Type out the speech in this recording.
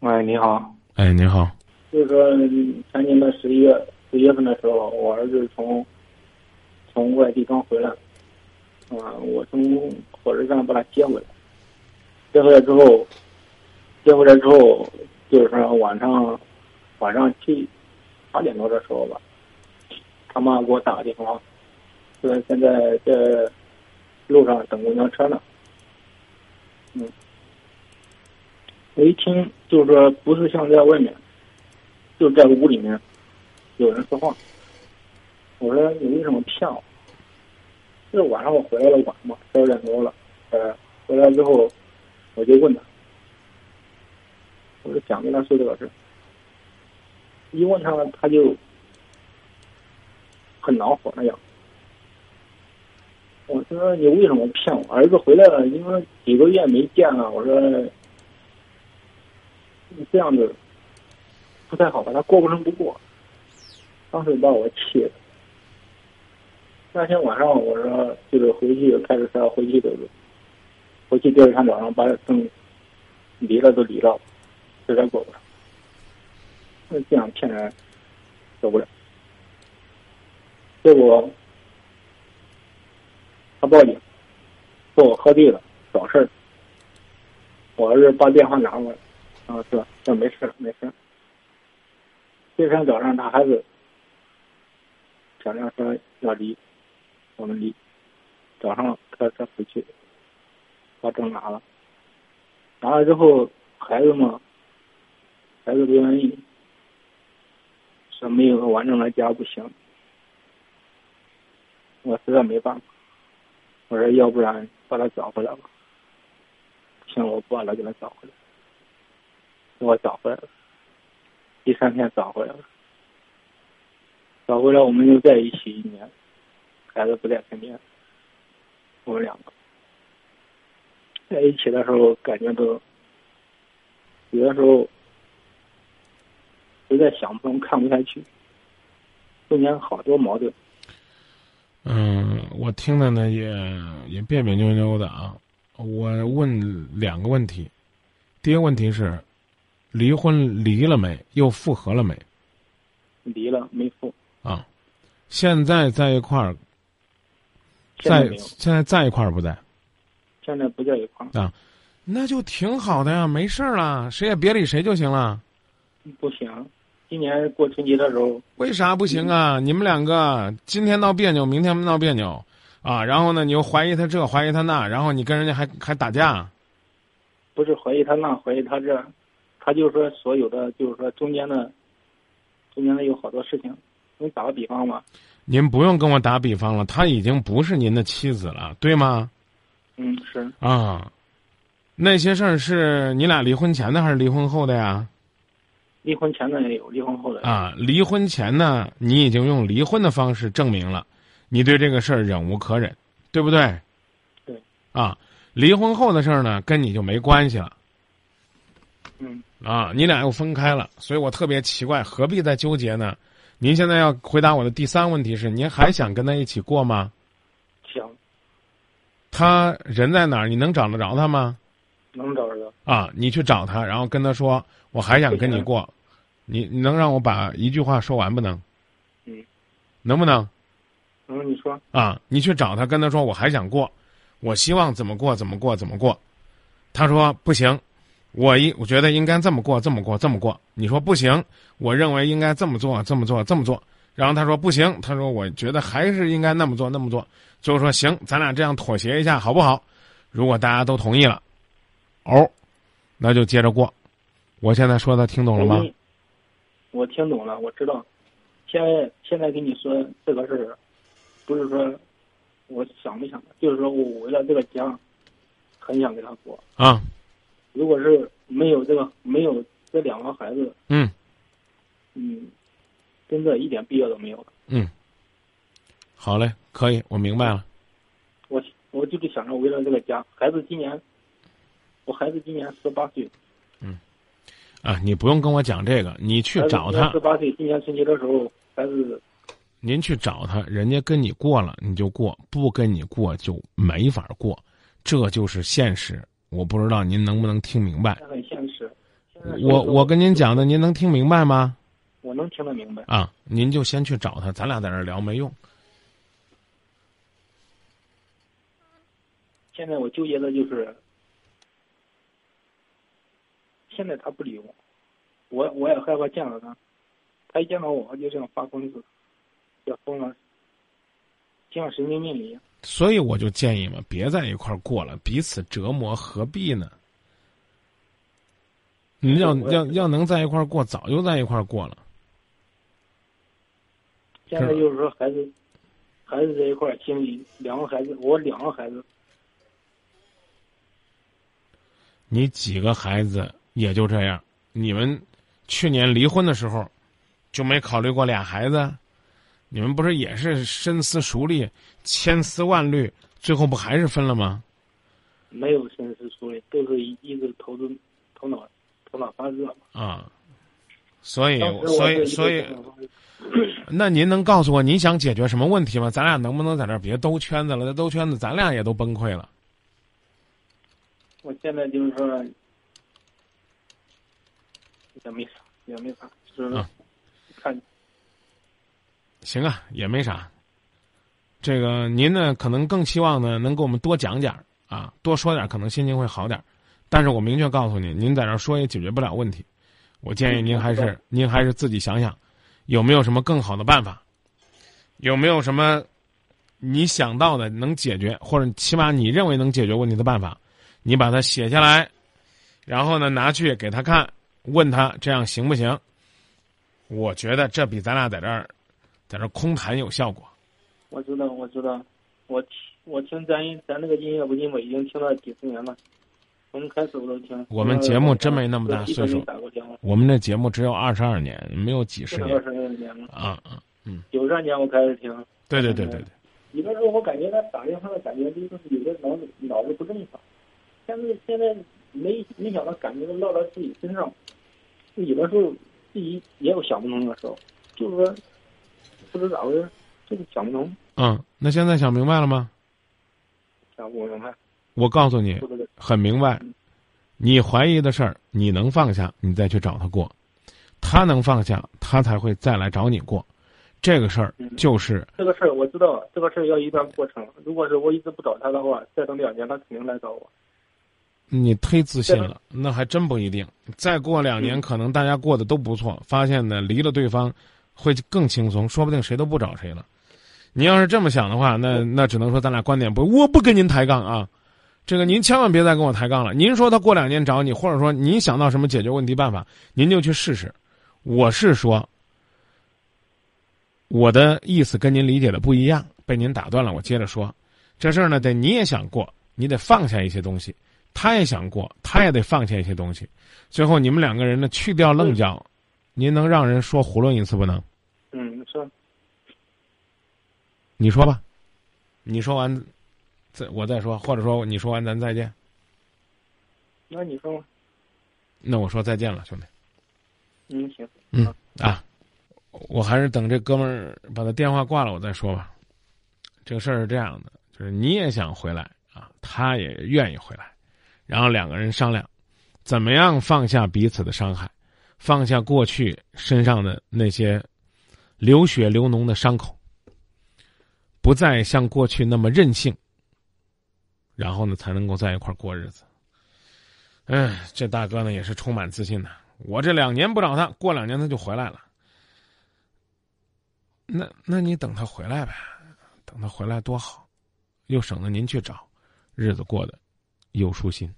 喂，你好。 哎，你好。 就是说，前年的十一月份的时候，我儿子从外地刚回来，我从火车站把他接回来。接回来之后，就是说晚上8点多的时候吧，他妈给我打个电话，说现在在路上等公交车呢。我一听就是说不是像在外面，就是在屋里面有人说话。我说你为什么骗我？这晚上我回来了晚嘛，12点多了。回来之后我就问他，我就想跟他说这个事。一问他，他就很恼火那样。我说你为什么骗我？儿子回来了，因为几个月没见了。我说你这样子不太好吧，他过不成不过。当时把我气的。那天晚上我说就是回去开着车回去的时候，回去第二天早上把灯离了都离了，实在过不了。那这样骗人受不了。结果他报警，说我喝醉了找事儿。我儿子把电话拿过来，说没事没事。第二天早上他还是想着说要离，我们离。早上开车回去，把证拿了。拿了之后，孩子不愿意，说没有个完整的家不行。我实在没办法，我说要不然把他找回来吧。行，我不把他给他找回来。我找回来了，第3天找回来了。找回来我们又在一起1年，孩子不在身边，我们2个在一起的时候感觉都有的时候实在想不通，看不下去，中间好多矛盾。 我听的呢也别别扭扭的啊。我问2个问题。第一个问题是，离婚离了没？又复合了没？ 离了没复啊。现在在一块儿？现在在一块儿不在？ 现在不在一块儿啊，那就挺好的呀，没事儿了，谁也别理谁就行了。 不行，今年过春节的时候。 为啥不行啊？你们2个今天闹别扭，明天闹别扭啊，然后呢你又怀疑他这怀疑他那，然后你跟人家还打架。 不是怀疑他那怀疑他这，他就说所有的就是说中间的有好多事情。你打个比方吧。 您不用跟我打比方了，她已经不是您的妻子了，对吗？ 是啊。那些事儿是你俩离婚前的还是离婚后的呀？ 离婚前的也有，离婚后的啊。离婚前呢，你已经用离婚的方式证明了你对这个事儿忍无可忍，对不对？ 对。 啊，离婚后的事儿呢，跟你就没关系了。啊，你俩又分开了，所以我特别奇怪，何必再纠结呢？您现在要回答我的第3问题是，您还想跟他一起过吗？ 想。 他人在哪儿？你能找得着他吗？ 能找着。 啊，你去找他，然后跟他说，我还想跟你过。你能让我把一句话说完不能？能不能？ 你说。 啊，你去找他，跟他说我还想过，我希望怎么过怎么过怎么过。他说不行，我觉得应该这么过这么过这么过。你说不行，我认为应该这么做这么做这么做。然后他说不行，他说我觉得还是应该那么做那么做。最后说行，咱俩这样妥协一下好不好？如果大家都同意了，那就接着过。我现在说的听懂了吗？ 我听懂了，我知道。现在跟你说这个事儿，不是说我想不想的，就是说我为了这个家，很想跟他过啊。 如果是没有这2个孩子，真的一点必要都没有了。 好嘞，可以，我明白了。 我就是想着为了这个家，我孩子今年18岁。 你不用跟我讲这个，你去找他。 18岁，今年春节的时候，孩子。 您去找他，人家跟你过了你就过，不跟你过就没法过，这就是现实。我不知道您能不能听明白。 很现实， 我跟您讲的，您能听明白吗？ 我能听得明白。 啊，您就先去找他，咱俩在这儿聊没用。 现在我纠结的就是，现在他不理我也害怕见到他，他一见到我就这样发疯似的，要疯了，就像神经病一样。 所以我就建议嘛，别在一块儿过了，彼此折磨，何必呢？你要能在一块儿过，早就在一块儿过了。 现在就是说孩子在一块儿，心里我两个孩子。 你几个孩子也就这样，你们去年离婚的时候就没考虑过俩孩子？你们不是也是深思熟虑、千丝万虑，最后不还是分了吗？ 没有深思熟虑，都是一个头脑发热嘛。 啊，所以，那您能告诉我你想解决什么问题吗？咱俩能不能在这儿别兜圈子了？再兜圈子，咱俩也都崩溃了。 我现在就是说，也没啥，就是看。 行啊，也没啥。这个您呢，可能更希望呢，能给我们多讲点啊，多说点，可能心情会好点。但是我明确告诉您，您在这儿说也解决不了问题。我建议您还是自己想想，有没有什么更好的办法，有没有什么你想到的能解决，或者起码你认为能解决问题的办法，你把它写下来，然后呢拿去给他看，问他这样行不行？我觉得这比咱俩在这儿空谈有效果。 我知道，我听咱那个音乐不音我已经听了几十年了，从开始我都听。 我们节目真没那么大岁数，我们这节目只有22年，没有几十年。 22年了啊 ，92年我开始听。 对。 有的时候我感觉他打电话的感觉就是有的脑子不正常，现在没想到感觉落到自己身上，有的时候自己也有想不通的时候，就是说不知咋回事，就是想不通。 那现在想明白了吗？ 想不明白。 我告诉你，很明白。你怀疑的事儿，你能放下，你再去找他过；他能放下，他才会再来找你过。这个事儿就是这个事儿，我知道这个事儿要一段过程。如果是我一直不找他的话，再等2年，他肯定来找我。 你忒自信了，那还真不一定。再过2年，可能大家过得都不错，发现呢离了对方会更轻松，说不定谁都不找谁了。你要是这么想的话，那只能说咱俩观点不，我不跟您抬杠啊。这个您千万别再跟我抬杠了。您说他过2年找你，或者说您想到什么解决问题办法，您就去试试。我是说，我的意思跟您理解的不一样，被您打断了。我接着说，这事儿呢，你也想过，你得放下一些东西；他也想过，他也得放下一些东西。最后你们2个人呢，去掉棱角，您能让人说囫囵一次不能？ 是。 你说吧，你说完，我再说，或者说你说完咱再见。 那你说吧。 那我说再见了，兄弟。 行。 我还是等这哥们儿把他电话挂了，我再说吧。这个事儿是这样的，就是你也想回来啊，他也愿意回来，然后2个人商量，怎么样放下彼此的伤害，放下过去身上的那些流血流脓的伤口，不再像过去那么任性，然后呢才能够在一块过日子。这大哥呢也是充满自信的，我这2年不找他，过2年他就回来了。那你等他回来呗，等他回来多好，又省得您去找，日子过得又舒心。